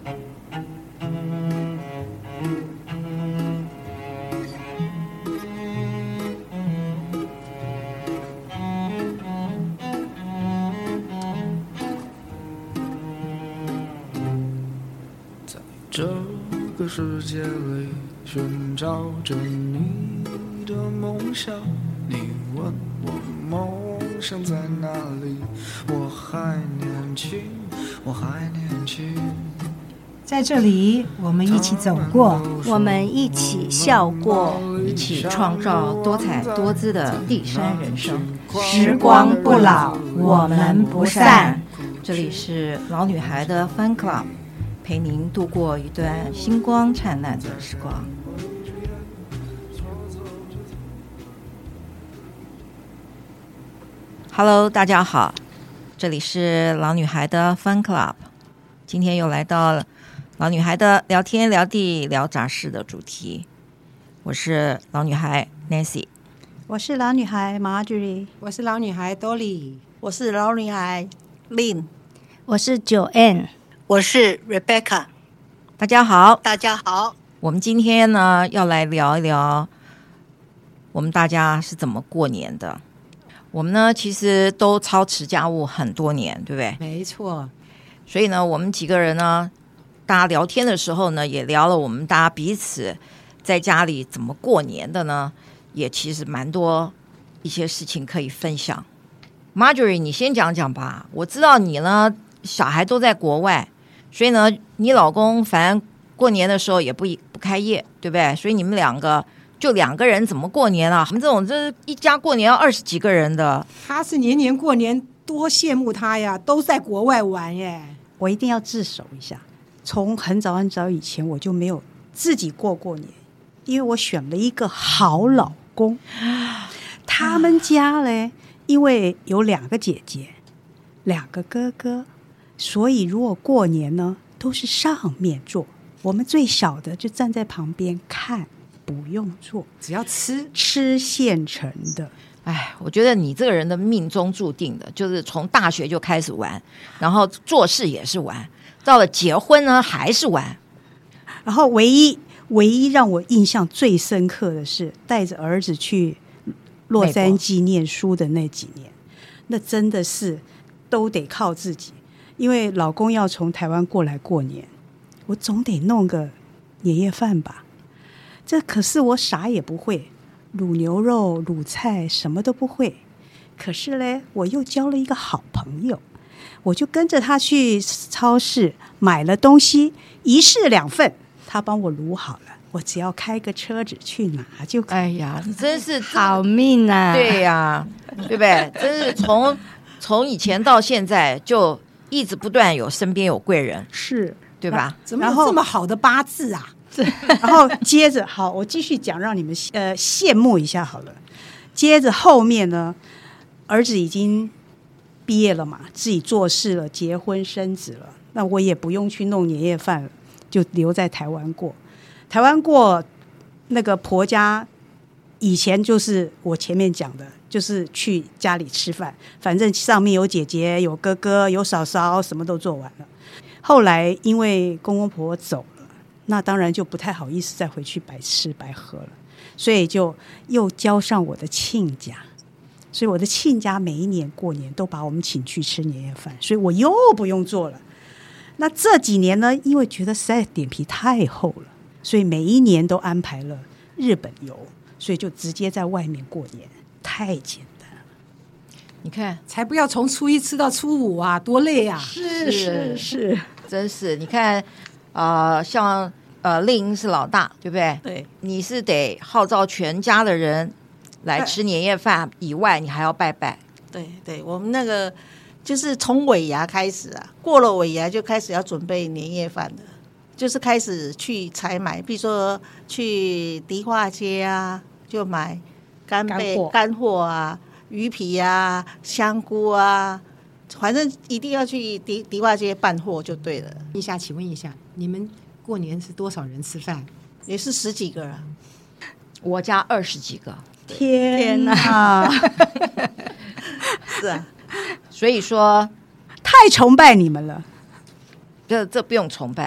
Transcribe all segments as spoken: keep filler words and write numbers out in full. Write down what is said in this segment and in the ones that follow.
这个世界里寻找着你的梦想，你问我梦想在哪里，我还年轻，我还年轻。 在这里我们一起走过， 我们一起笑过， 一起创造多彩多姿的第三人生。 时光不老，我们不散。 这里是老女孩的 Fun Club， 陪您度过一段星光灿烂的时光。Hello， 大家好，这里是老女孩的 Fun Club， 今天又来到了老女孩的聊天聊地聊杂事的主题。我是老女孩 Nancy， 我是老女孩 Marjorie， 我是老女孩 Dolly， 我是老女孩 Lynn， 我是 Joanne， 我是 Rebecca。 大家好。 大家好。 我们今天呢要来聊一聊我们大家是怎么过年的。我们呢其实都操持家务很多年，对不对？ 没错。 所以呢我们几个人呢大家聊天的时候呢也聊了我们大家彼此在家里怎么过年的呢，也其实蛮多一些事情可以分享。 Marjorie 你先讲讲吧。我知道你呢小孩都在国外，所以呢你老公反正过年的时候也不不开业，对不对？所以你们两个就两个人怎么过年啊？我们这种这一家过年要二十几个人的。 他是年年过年，多羡慕他呀，都在国外玩耶。 我一定要自首一下，从很早很早以前我就没有自己过过年，因为我选了一个好老公。他们家嘞，因为有两个姐姐两个哥哥，所以如果过年呢都是上面坐，我们最小的就站在旁边看，不用做， 只要吃吃现成的。 哎，我觉得你这个人的命中注定的，就是从大学就开始玩，然后做事也是玩，到了结婚呢还是玩。 然后唯一唯一让我印象最深刻的是带着儿子去洛杉矶念书的那几年，那真的是都得靠自己，因为老公要从台湾过来过年，我总得弄个年夜饭吧。这可是我啥也不会，卤牛肉卤菜什么都不会，可是呢我又交了一个好朋友，我就跟着他去超市买了东西，一式两份，他帮我卤好了，我只要开个车子去拿就可以。 哎呀，你真是好命啊！ 对呀，对不对？真是从从以前到现在就一直不断有身边有贵人， 是对吧？ 怎么有这么好的八字啊？ 然后接着好，我继续讲，让你们呃羡慕一下好了。接着后面呢，儿子已经毕业了嘛，自己做事了，结婚生子了，那我也不用去弄年夜饭了，就留在台湾过。台湾过那个婆家，以前就是我前面讲的，就是去家里吃饭，反正上面有姐姐有哥哥有嫂嫂，什么都做完了。后来因为公公婆婆走了，那当然就不太好意思再回去白吃白喝了，所以就又交上我的亲家，所以我的亲家每一年过年都把我们请去吃年夜饭，所以我又不用做了。那这几年呢，因为觉得实在脸皮太厚了，所以每一年都安排了日本游，所以就直接在外面过年，太简单了。 你看， 才不要从初一吃到初五啊，多累啊！ 是是是， 真是你看，呃，像呃令是老大，对不对？ 对， 你是得号召全家的人来吃年夜饭以外，你还要拜拜。 对对，我们那个就是从尾牙开始啊，过了尾牙就开始要准备年夜饭了，就是开始去采买，比如说去迪化街啊，就买干贝、干货啊、鱼皮啊、香菇啊，反正一定要去迪迪化街办货就对了。 一下，请问一下，你们过年是多少人吃饭？ 也是十几个啊， 我家二十几个。 天哪！ 是啊， 所以说太崇拜你们了。 这这不用崇拜，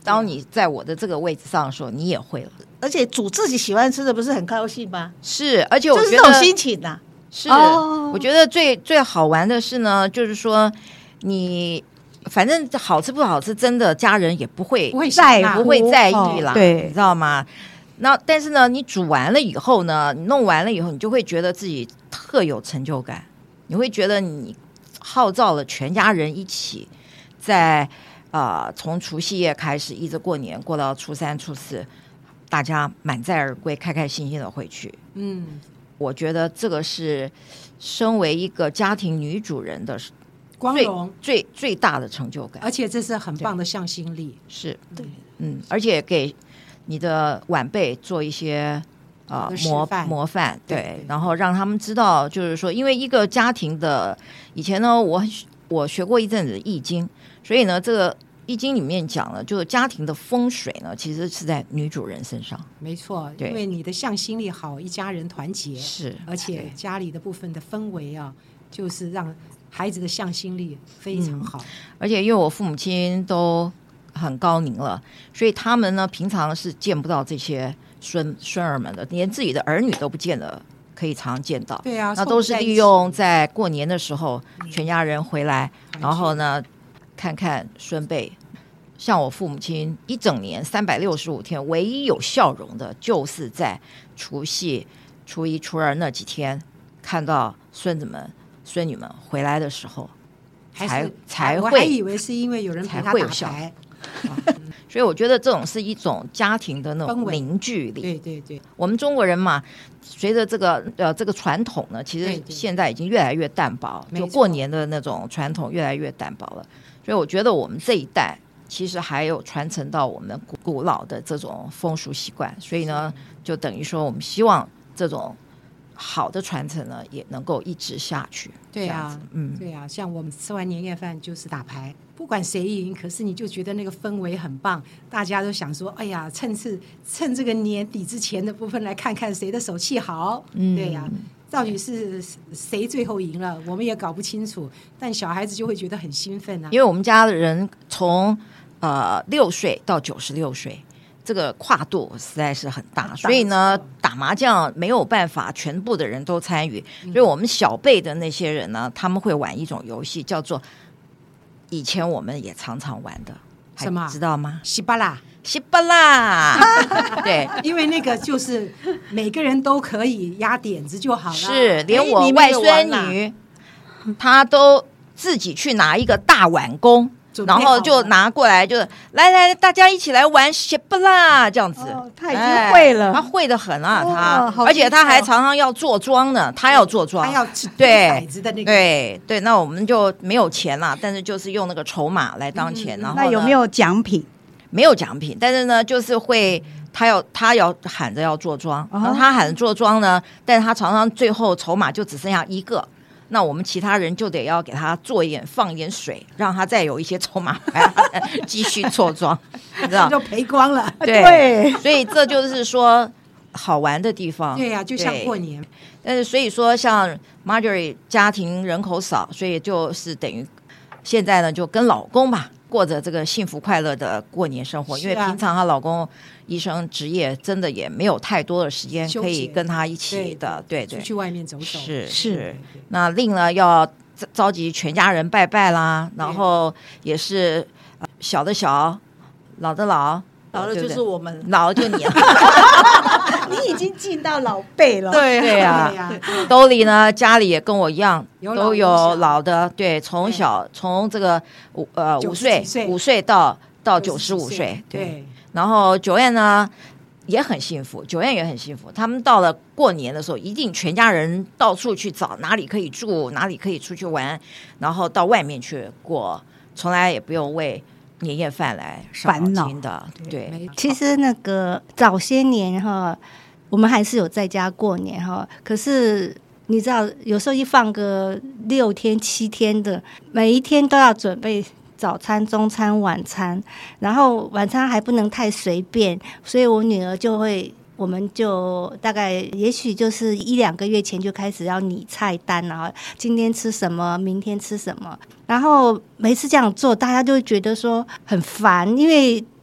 当你在我的这个位置上的时候，你也会了。 而且煮自己喜欢吃的，不是很高兴吗？ 是，而且我就是觉得这种心情呐、啊。 是、 哦， 我觉得最最好玩的是呢，就是说你反正好吃不好吃，真的家人也不会不会在想啊不会在意啦， 哦对你知道吗？那但是呢，你煮完了以后呢，你弄完了以后，你就会觉得自己特有成就感，你会觉得你号召了全家人一起在呃从除夕夜开始一直过年过到初三初四，大家满载而归，开开心心的回去。 嗯， 我觉得这个是身为一个家庭女主人的最光荣， 最最大的成就感， 而且这是很棒的向心力。 是对， 嗯，而且给你的晚辈做一些呃好的示模范模范，对， 对对然后让他们知道，就是说，因为一个家庭的以前呢，我很我学过一阵子易经，所以呢，这个易经里面讲了，就是家庭的风水呢，其实是在女主人身上， 没错， 对因为你的向心力好，一家人团结， 是， 而且对家里的部分的氛围啊，就是让孩子的向心力非常好。 而且因为我父母亲都很高龄了，所以他们呢平常是见不到这些孙孙儿们的，连自己的儿女都不见得可以常见到。 对啊， 那都是利用在过年的时候，全家人回来， 嗯然后呢看看孙辈。像我父母亲一整年三百六十五天，唯一有笑容的，就是在除夕、初一、初二那几天，看到孙子们、孙女们回来的时候，才才我还会以为是因为有人陪他打才会有笑牌。 所以我觉得这种是一种家庭的那种氛围凝聚力。 对对对， 我们中国人嘛，随着这个呃这个传统呢，其实对对现在已经越来越淡薄， 没错就过年的那种传统越来越淡薄了。所以我觉得我们这一代其实还有传承到我们古古老的这种风俗习惯，所以呢，就等于说我们希望这种好的传承呢，也能够一直下去。 对啊这样子，嗯， 对啊，像我们吃完年夜饭就是打牌，不管谁赢，可是你就觉得那个氛围很棒，大家都想说，哎呀，趁次趁这个年底之前的部分来看看谁的手气好。 嗯对呀、到底是谁最后赢了，我们也搞不清楚，但小孩子就会觉得很兴奋啊。 因为我们家的人从呃六岁到九十六岁，这个跨度实在是很大，所以呢，打麻将没有办法全部的人都参与，所以我们小辈的那些人呢，他们会玩一种游戏，叫做以前我们也常常玩的，还什么知道吗？ 稀巴啦， 稀巴啦，对。 因为那个就是每个人都可以压点子就好了， 是，连哎你们我外有玩啦孙女，她都自己去拿一个大碗弓， 准备好了然后就拿过来，就来来，大家一起来玩鞋不啦，这样子。 哦他已经会了哎他会的很啊， 哦他， 好而且他厉害哦还常常要做庄呢，他要做庄， 他要吃对骰子的那个， 对对，那我们就没有钱啦，但是就是用那个筹码来当钱，然后呢那有没有奖品？ 没有奖品，但是呢，就是会他要他要喊着要做庄， 哦然后他喊着做庄呢，但是他常常最后筹码就只剩下一个，那我们其他人就得要给他做一点放一点水，让他再有一些筹码继续做庄，你知道？ 就赔光了。 对， 对所以这就是说好玩的地方。 对呀、就像对过年， 但是所以说，像 Marjorie 家庭人口少，所以就是等于现在呢，就跟老公吧过着这个幸福快乐的过年生活。 是啊因为平常她老公医生职业，真的也没有太多的时间休可以闲跟她一起的。对对， 出去外面走走， 是是对那另呢要召召集全家人拜拜啦，然后也是呃小的小，老的老， 老了就对不对是我们。 老了就你了。 你已经进到老辈了。 对对呀、 对呀兜里呢，家里也跟我一样， 有老都有有小老的，对，从小从这个五呃九五岁十几岁五岁到到九十九十几五岁，对。 对， 然后九燕呢也很幸福，九燕也很幸福。他们到了过年的时候，一定全家人到处去找哪里可以住，哪里可以出去玩，然后到外面去过，从来也不用为年夜饭来伤烦恼脑筋的，对。 没其实那个早些年哈，我们还是有在家过年哈。可是你知道，有时候一放个六天七天的，每一天都要准备早餐、中餐、晚餐，然后晚餐还不能太随便，所以我女儿就会。我们就大概也许就是一两个月前就开始要拟菜单，然后今天吃什么，明天吃什么，然后每次这样做，大家就会觉得说很烦，因为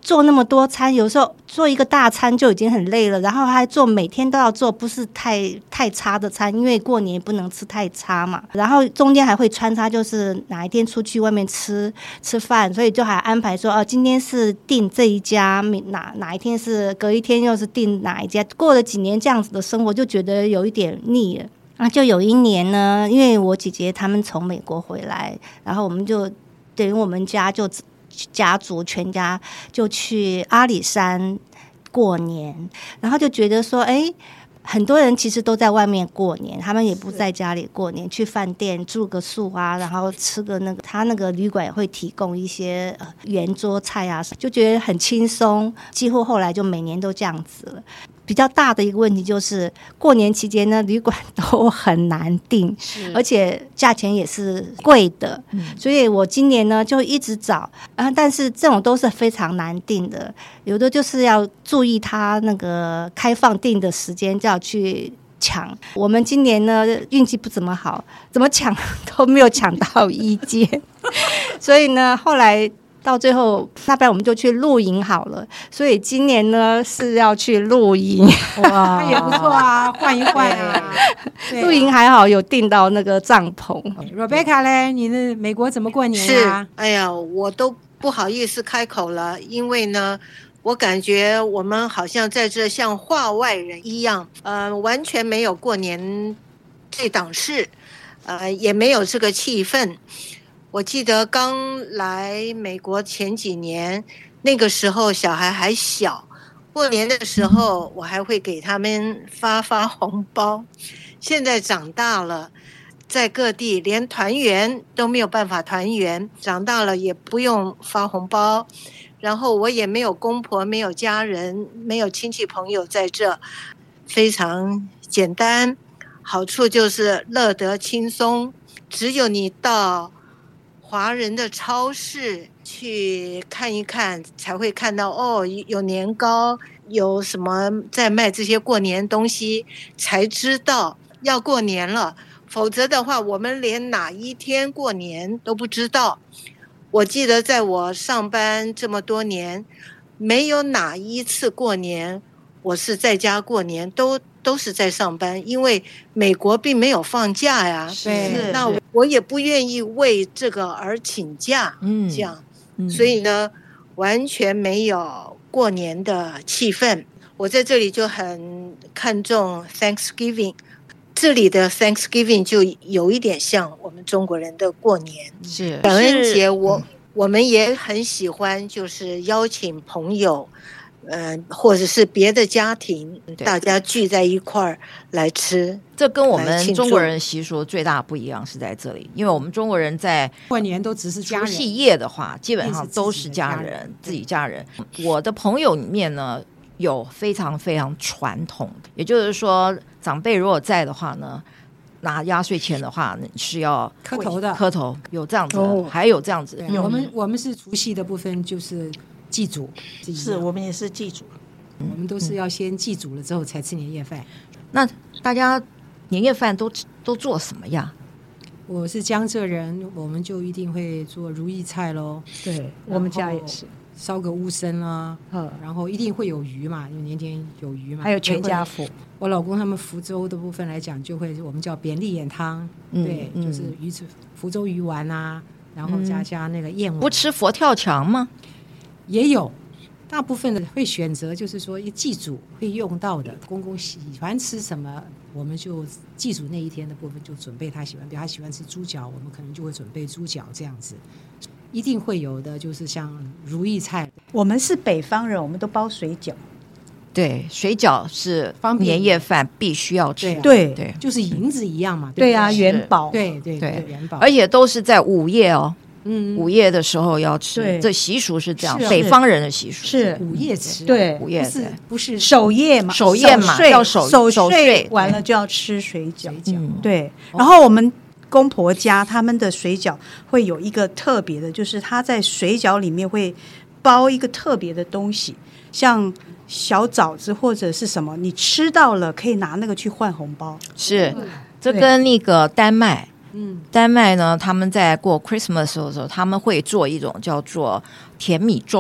做那么多餐，有时候做一个大餐就已经很累了，然后还做每天都要做不是太太差的餐，因为过年不能吃太差嘛。然后中间还会穿插，就是哪一天出去外面吃吃饭，所以就还安排说，哦，今天是订这一家，哪哪一天是隔一天又是订哪一家。过了几年这样子的生活，就觉得有一点腻了。那就有一年呢，因为我姐姐他们从美国回来，然后我们就等于我们家就家族全家就去阿里山过年，然后就觉得说，哎，很多人其实都在外面过年，他们也不在家里过年，去饭店住个宿啊，然后吃个那个，他那个旅馆也会提供一些呃圆桌菜啊，就觉得很轻松，几乎后来就每年都这样子了。比较大的一个问题就是过年期间呢，旅馆都很难订，而且价钱也是贵的、嗯、所以我今年呢就一直找、啊、但是这种都是非常难订的，有的就是要注意它那个开放订的时间，就要去抢。我们今年呢运气不怎么好，怎么抢都没有抢到一间所以呢后来到最后，那不然我们就去露营好了。所以今年呢是要去露营， 哇，也不错啊，换一换啊。 露营还好有订到那个帐篷。 Rebecca 嘞，你的美国怎么过年啊？ 是，哎呀，我都不好意思开口了，因为呢，我感觉我们好像在这像话外人一样，呃，完全没有过年这档事，呃，也没有这个气氛。我记得刚来美国前几年，那个时候小孩还小，过年的时候我还会给他们发发红包。现在长大了，在各地连团圆都没有办法团圆，长大了也不用发红包，然后我也没有公婆，没有家人，没有亲戚朋友在这，非常简单。好处就是乐得轻松，只有你到华人的超市去看一看，才会看到哦，有年糕，有什么在卖这些过年东西，才知道要过年了。否则的话，我们连哪一天过年都不知道。我记得在我上班这么多年，没有哪一次过年我是在家过年，都都是在上班，因为美国并没有放假呀。 对， 那我也不愿意为这个而请假，嗯，这样，嗯、所以呢，完全没有过年的气氛。我在这里就很看重 Thanksgiving， 这里的 Thanksgiving 就有一点像我们中国人的过年。 是感恩节我，我、嗯、我们也很喜欢，就是邀请朋友。呃，或者是别的家庭，大家聚在一块儿来吃， 这跟我们中国人习俗最大不一样是在这里，因为我们中国人在过年都只是家人， 除夕夜的话，基本上都是家人，自己家人。我的朋友里面呢，有非常非常传统的，也就是说，长辈如果在的话呢，拿压岁钱的话，你是要磕头的， 磕头有这样子的、哦，还有这样子的。 我们我们是除夕的部分就是祭祖， 是我们也是祭祖， 我们都是要先祭祖了之后才吃年夜饭。 那大家年夜饭都都做什么呀？ 我是江浙人，我们就一定会做如意菜咯。 对，我们家也是烧个乌参啦，然后一定会有鱼嘛，因为年年有鱼嘛。 还有全家福。 我老公他们福州的部分来讲，就会我们叫扁利眼汤，嗯、对、嗯，就是鱼福州鱼丸啊，然后加加那个燕丸。 不吃佛跳墙吗？ 也有，大部分的会选择就是说祭祖会用到的，公公喜欢吃什么，我们就祭祖那一天的部分就准备他喜欢，比如他喜欢吃猪脚，我们可能就会准备猪脚这样子。一定会有的就是像如意菜。 我们是北方人，我们都包水饺。 对，水饺是年夜饭必须要吃， 对对, 对，就是银子一样嘛。 对啊，元宝， 对对 对, 对元宝， 而且都是在午夜哦。嗯，午夜的时候要吃，这习俗是这样，北方人的习俗是午夜吃， 对， 午夜不是不是守夜嘛， 守夜嘛，要守守睡完了就要吃水饺，嗯，对。然后我们公婆家他们的水饺会有一个特别的，就是他在水饺里面会包一个特别的东西，像小枣子或者是什么，你吃到了可以拿那个去换红包。 是，这跟那个丹麦。嗯，丹麦呢，他们在过 Christmas 的时候，他们会做一种叫做甜米粥，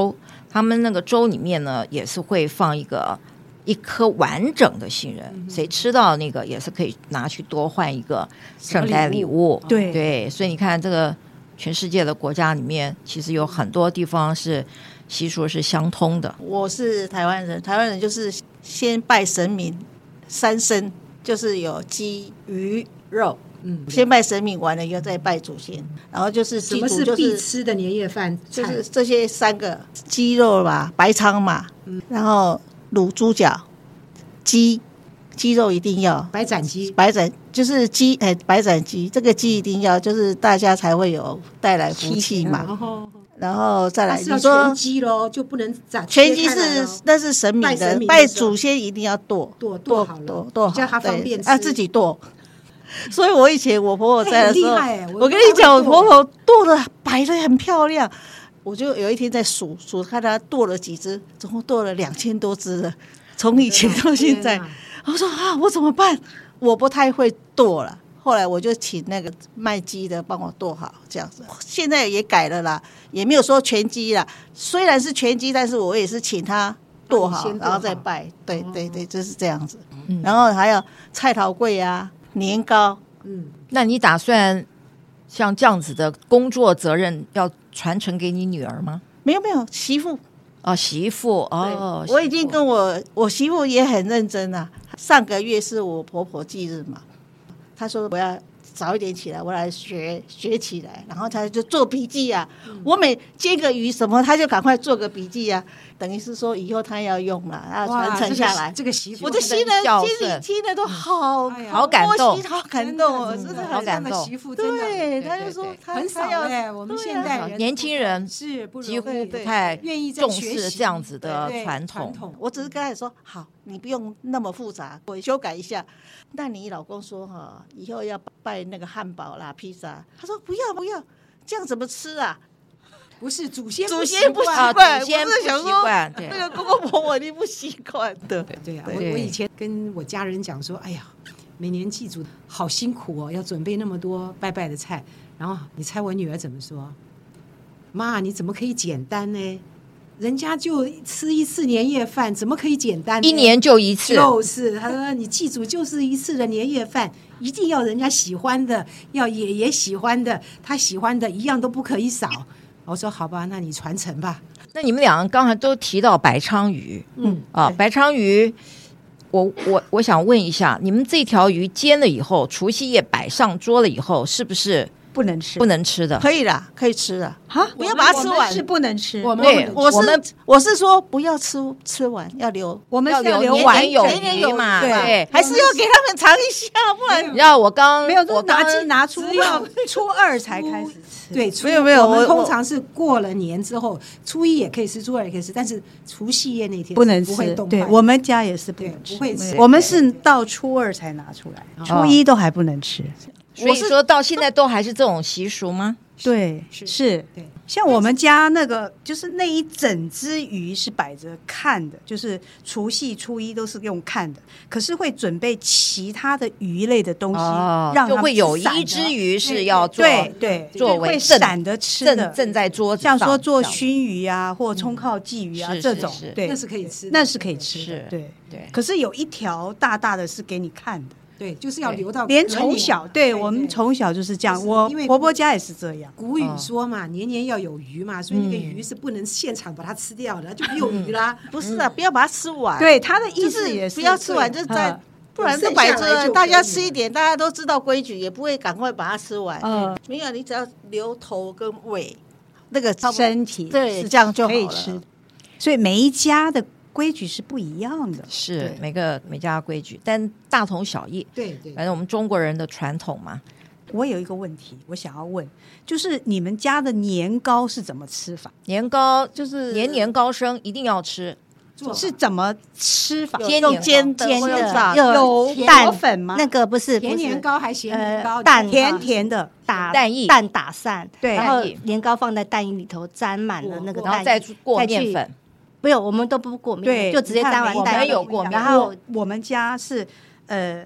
他们那个粥里面呢也是会放一个一颗完整的杏仁，嗯、谁吃到那个也是可以拿去多换一个圣诞礼物。 对对，所以你看这个全世界的国家里面，其实有很多地方是习俗是相通的。 我是台湾人，台湾人就是先拜神明三牲，就是有鸡、鱼、肉。嗯，先拜神明完了以后再拜祖先，然后就是什么是必吃的年夜饭菜？ 就是这些三个鸡肉吧，白鲳嘛，嗯、然后卤猪脚，鸡鸡肉一定要， 白斩鸡， 白斩就是鸡哎，白斩鸡这个鸡一定要，就是大家才会有带来福气嘛。 哦、 然后再来， 你说全鸡咯，就不能炸。 全鸡是那是神明的，拜祖先一定要剁剁剁好了， 剁剁比较他方便吃， 啊自己剁。所以我以前我婆婆在的时候， 欸、我, 我跟你讲，我婆婆剁的摆的很漂亮。我就有一天在数数，看她剁了几只，总共剁了两千多只了，从以前到现在。我说啊，我怎么办？我不太会剁了。后来我就请那个卖鸡的帮我剁好，这样子。现在也改了啦，也没有说全鸡啦。虽然是全鸡，但是我也是请他剁好，然后再拜。对对对，就是这样子。嗯、然后还有菜头粿啊。年糕， 嗯，那你打算像这样子的工作责任要传承给你女儿吗？ 没有没有，媳妇哦，媳妇哦， 我已经跟我我媳妇也很认真啊。上个月是我婆婆忌日嘛，她说我要早一点起来，我来学学起来，然后她就做笔记啊。嗯、我每接个鱼什么，她就赶快做个笔记啊。等于是说以后她要用了，要传承下来。 这个媳妇， 我的新人心里听了都好、 嗯、 好感动， 好感动哦，真的好感动。 媳妇真的， 对，她就说很少哎，我们现代人年轻人是几乎不太愿意重视这样子的传统。 我只是跟她说好，你不用那么复杂，我修改一下。那你老公说哈，以后要拜那个汉堡啦、披萨，他说不要不要，这样怎么吃啊？ 不是祖先祖先不习惯，祖先不习惯，那个公公婆婆一定不习惯的。 对对啊，我我以前跟我家人讲说，哎呀，每年祭祖好辛苦哦，要准备那么多拜拜的菜。然后你猜我女儿怎么说？妈，你怎么可以简单呢？人家就吃一次年夜饭，怎么可以简单呢？ 一年就一次， 就是他说你祭祖就是一次的年夜饭，一定要人家喜欢的，要爷爷喜欢的，他喜欢的一样都不可以少。我说好吧，那你传承吧。 那你们两个刚才都提到白鲳鱼，嗯啊，白鲳鱼，我我我想问一下，你们这条鱼煎了以后，除夕夜摆上桌了以后，是不是不能吃？ 不能吃的？ 可以啦，可以吃的。 哈， 不要把它吃完， 是不能吃。 我们对， 我是我是说不要吃吃完，要留。 我们要留留完有年年有嘛， 对， 对， 还是要给他们尝一下，不然你知道我刚没有， 我拿刚鸡拿初要初二才开始吃。 对， 没有没有， 我们我通常是过了年之后，初一也可以吃，初二也可以吃，但是除夕夜那天不能吃， 不会动。 对，我们家也是不能吃， 不会吃。 我们是到初二才拿出来，初一都还不能吃。 所以说到现在都还是这种习俗吗？ 对， 是， 是， 对。 像我们家那个，就是那一整只鱼是摆着看的，就是除夕、初一都是用看的。可是会准备其他的鱼类的东西， 哦、 让就会有一只鱼是要做对对作为会散的吃的， 正正在桌子上， 像说做熏鱼啊，或冲靠鲫鱼啊、 嗯、 这种，对， 那是可以吃的， 那是可以吃的， 是对对。 可是有一条大大的是给你看的。 对，就是要留到连从小，对我们从小就是这样。我婆婆家也是这样。 古语说嘛，年年要有余嘛，所以那个鱼是不能现场把它吃掉的，就没有鱼啦。 不是啊，不要把它吃完。 对，他的意思也是不要吃完，就是在，不然就摆着，大家吃一点，大家都知道规矩，也不会赶快把它吃完。嗯，没有，你只要留头跟尾，那个身体对，这样就可以吃。所以每一家的规矩是不一样的， 是每个每家的规矩，但大同小异。 对对， 反正我们中国人的传统嘛。 我有一个问题，我想要问，就是你们家的年糕是怎么吃法？ 年糕就是年年高升，一定要吃。 是怎么吃法？ 用煎的， 煎的， 有蛋粉吗？ 那个不是甜年糕还咸年糕， 蛋甜甜的， 打蛋液， 蛋打散， 对， 然后年糕放在蛋液里头沾满了那个蛋液， 然后再过面粉。 不用，我们都不过面， 对， 就直接沾完蛋。 我们有过面， 然后我们家是呃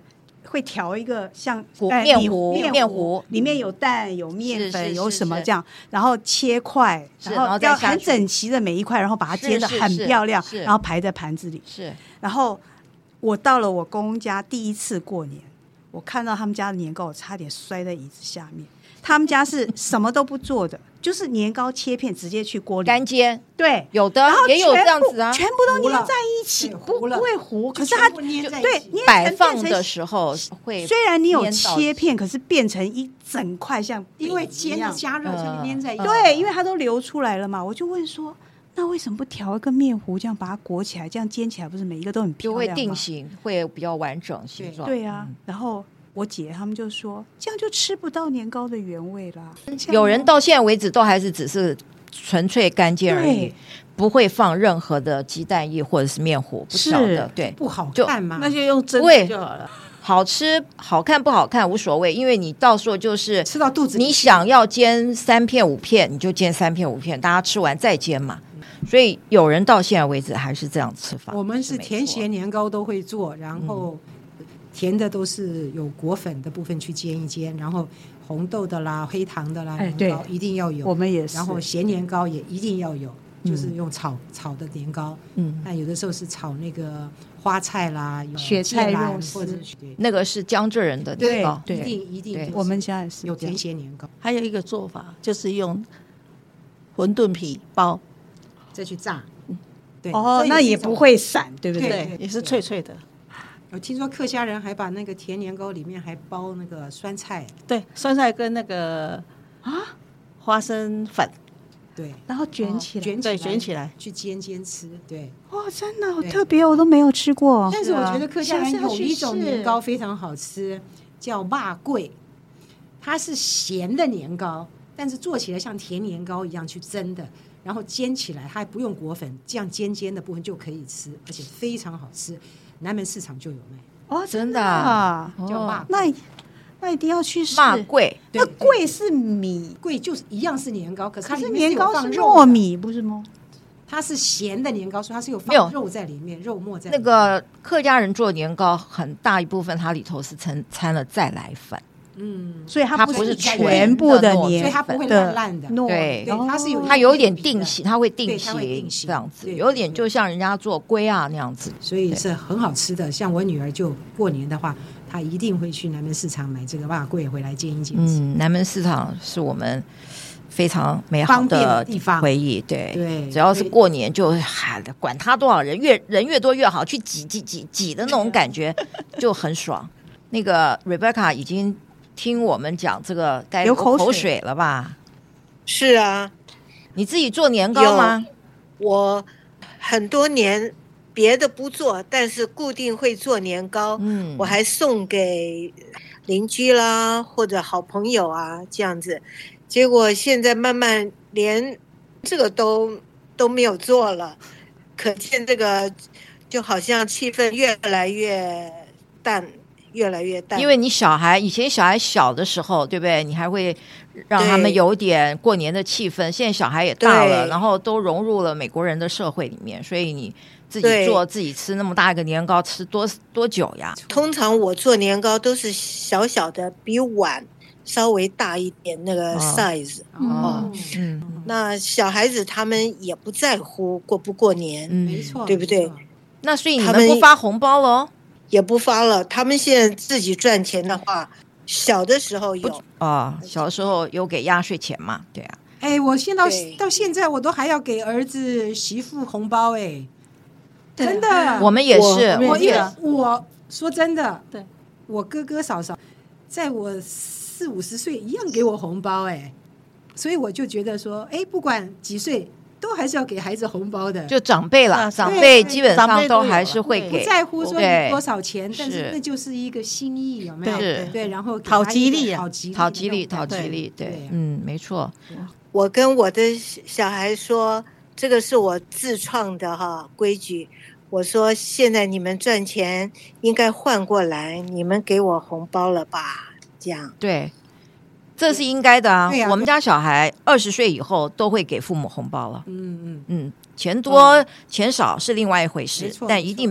会调一个像糊哎米面糊面面糊里面有蛋有面是粉有是是是什么这样，然后切块， 是然后要然后再下去很整齐的每一块，然后把它是煎的很是是漂亮， 是然后排在盘子里。 是然后我到了我公公家第一次过年，我看到他们家的年糕，我差点摔在椅子下面。他们家是什么都不做的，就是年糕切片直接去锅里干煎， 对， 有的然后也有全这样子啊， 部全部都粘在一起， 对不糊了不会糊，可就是它全部粘在一对起粘成摆放变成的时候会虽然你有粘到切片，可是变成一整块像饼因为一样煎的加热所以粘在一起。 对，因为它都流出来了嘛。我就问说，那为什么不调一个面糊，这样把它裹起来，这样煎起来不是每一个都很漂就会亮吗？ 定型，会比较完整形状。 对啊，然后我姐他们就说，这样就吃不到年糕的原味啦。 有人到现在为止都还是只是纯粹干煎而已对， 不会放任何的鸡蛋液或者是面糊，不晓得是对。 不好就看嘛， 那就用蒸对的就好了。 好吃好看不好看无所谓，因为你到时候就是吃到肚子里你想要煎三片五片，你就煎三片五片，大家吃完再煎嘛。所以有人到现在为止还是这样吃法。 我们是没错甜咸年糕都会做，然后甜的都是有果粉的部分去煎一煎，然后红豆的啦、黑糖的啦哎年糕一定要有， 我们也是， 然后咸年糕也一定要有，就是用炒炒的年糕。 嗯， 那有的时候是炒那个花菜啦、有雪菜芥兰肉丝或者是对那个是江浙人的对年糕， 对一定一定对就是我们家也是有这样甜咸年糕， 还有一个做法就是用馄饨皮包， 再去炸。对哦， 这是一种那也不会散，对不对对？ 对，也是脆脆的。 我听说客家人还把那个甜年糕里面还包那个酸菜， 对，酸菜跟那个啊花生粉， 对， 然后卷起来， 对， 卷起来卷起来。 去煎煎吃，对。 哇，真的好对特别，我都没有吃过。 但是我觉得客家人下次要去有一种试年糕非常好吃，叫辣桂，它是咸的年糕，但是做起来像甜年糕一样去蒸的，然后煎起来它还不用裹粉，这样尖尖的部分就可以吃，而且非常好吃。南门市场就有卖， 哦， 真的啊， 叫辣桂。 那那一定要去试。 辣桂那桂是米， 桂就是一样是年糕，可是它可是里面年糕是有放肉的， 糯米，不是吗？ 它是咸的年糕，所以它是有没有放肉在里面，肉末在里面那个客家人做年糕，很大一部分它里头是掺掺了再来粉， 嗯， 所以它不是它不是全部的纯的糯年， 所以它不会的烂烂的糯对对，它是有它有点比的定型，它会定对它会定型型这样子， 对有点就像人家做龟啊那样子。 所以是很好吃的。像我女儿就过年的话，她一定会去南门市场买这个辣桂回来煎一煎吃。 嗯，南门市场是我们非常美好方便的地方回忆，对对只要是过年就喊的，管他多少人，越人越多越好，去挤挤挤挤的那种感觉就很爽。那个 Rebecca 已经听我们讲这个该流口水口水了吧？ 是啊， 你自己做年糕吗？ 我很多年别的不做，但是固定会做年糕。 嗯， 我还送给邻居啦，或者好朋友啊，这样子。结果现在慢慢连这个都都没有做了，可见这个就好像气氛越来越淡，越来越淡。 因为你小孩以前小孩小的时候，对不对？你还会让他们对有点过年的气氛。现在小孩也大了， 对然后都融入了美国人的社会里面，所以你自己对做自己吃那么大一个年糕，吃多多久呀？ 通常我做年糕都是小小的，比碗稍微大一点那个哦 size。 哦， 嗯那小孩子他们也不在乎过不过年， 嗯， 没错， 对不对没错？ 那所以你他们们不发红包了哦？ 也不发了。他们现在自己赚钱的话，小的时候有， 哦，小时候有给压岁钱嘛？对啊， 哎，我现到对到现在我都还要给儿子媳妇红包哎，真的， 我们也我是， 我因为我也是我说真的， 对， 我哥哥嫂嫂在我四五十岁一样给我红包哎，所以我就觉得说，哎，不管几岁都还是要给孩子红包的， 就长辈啦， 啊长对辈基本长辈都有上都还是会对不给， 在乎说对你多少钱，但是是那就是一个心意，有没有？ 是对，然后给讨他一个吉利啊讨吉利， 讨吉利，讨吉对利，对对啊， 嗯，没错， 我跟我的小孩说，这个是我自创的哈规矩。我说现在你们赚钱应该换过来，你们给我红包了吧？这样对，这是应该的啊对啊。 我们家小孩二十岁以后都会给父母红包了， 嗯嗯， 嗯，钱多钱少是另外一回事没错， 但一定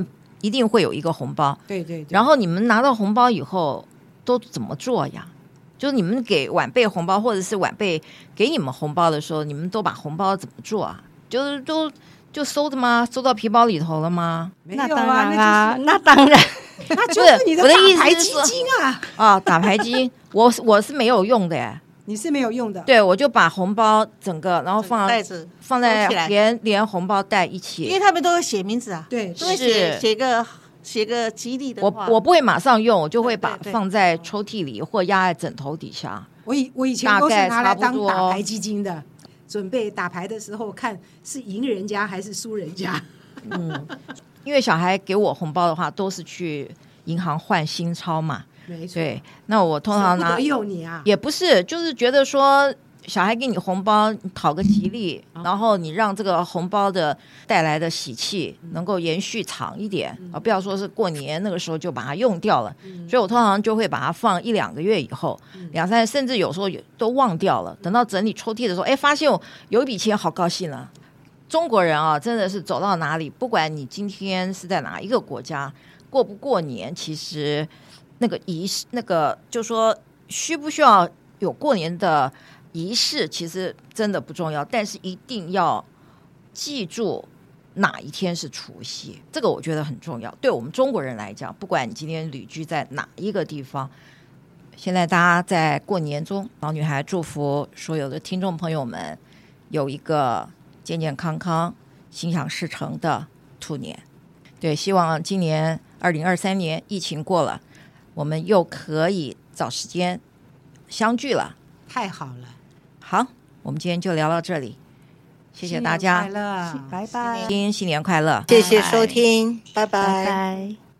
一定会有一个红包。 对对对。 然后你们拿到红包以后都怎么做呀？就是你们给晚辈红包，或者是晚辈给你们红包的时候，你们都把红包怎么做啊？就是都就收的吗？收到皮包里头了吗？ 没有那当啊， 然啊， 那那当然， 就是那就是你的我的意打牌基思是说金啊， 啊，打牌机，我我是没有用的耶。 你是没有用的。 对，我就把红包整个，然后放袋子放在收起来连连红包袋一因起为。他们都会写名字啊， 对都会写是写个写个吉利的我话。 我不会马上用，我就会把对对对放在抽屉里或压在枕头底下。 我以我以前大都是拿来概差不多当打牌基金的，准备打牌的时候看是赢人家还是输人家。 嗯，因为小孩给我红包的话，都是去银行换新钞嘛。 没错， 对，那我通常拿舍不得用你啊。 也不是，就是觉得说小孩给你红包，你讨个吉利，然后你让这个红包的带来的喜气能够延续长一点，而不要说是过年那个时候就把它用掉了。所以我通常就会把它放一两个月以后，两三，甚至有时候有都忘掉了。等到整理抽屉的时候，哎，发现有一笔钱，好高兴了。中国人啊，真的是走到哪里，不管你今天是在哪一个国家，过不过年，其实那个仪式，那个就说需不需要有过年的仪式，其实真的不重要，但是一定要记住哪一天是除夕，这个我觉得很重要。对我们中国人来讲，不管你今天旅居在哪一个地方，现在大家在过年中，老女孩祝福所有的听众朋友们有一个健健康康、心想事成的兔年。对，希望今年二零二三年疫情过了，我们又可以找时间相聚了。 太好了， 好，我们今天就聊到这里，谢谢大家， 新年快乐， 拜拜。 新新年快乐， 谢谢收听，拜拜拜。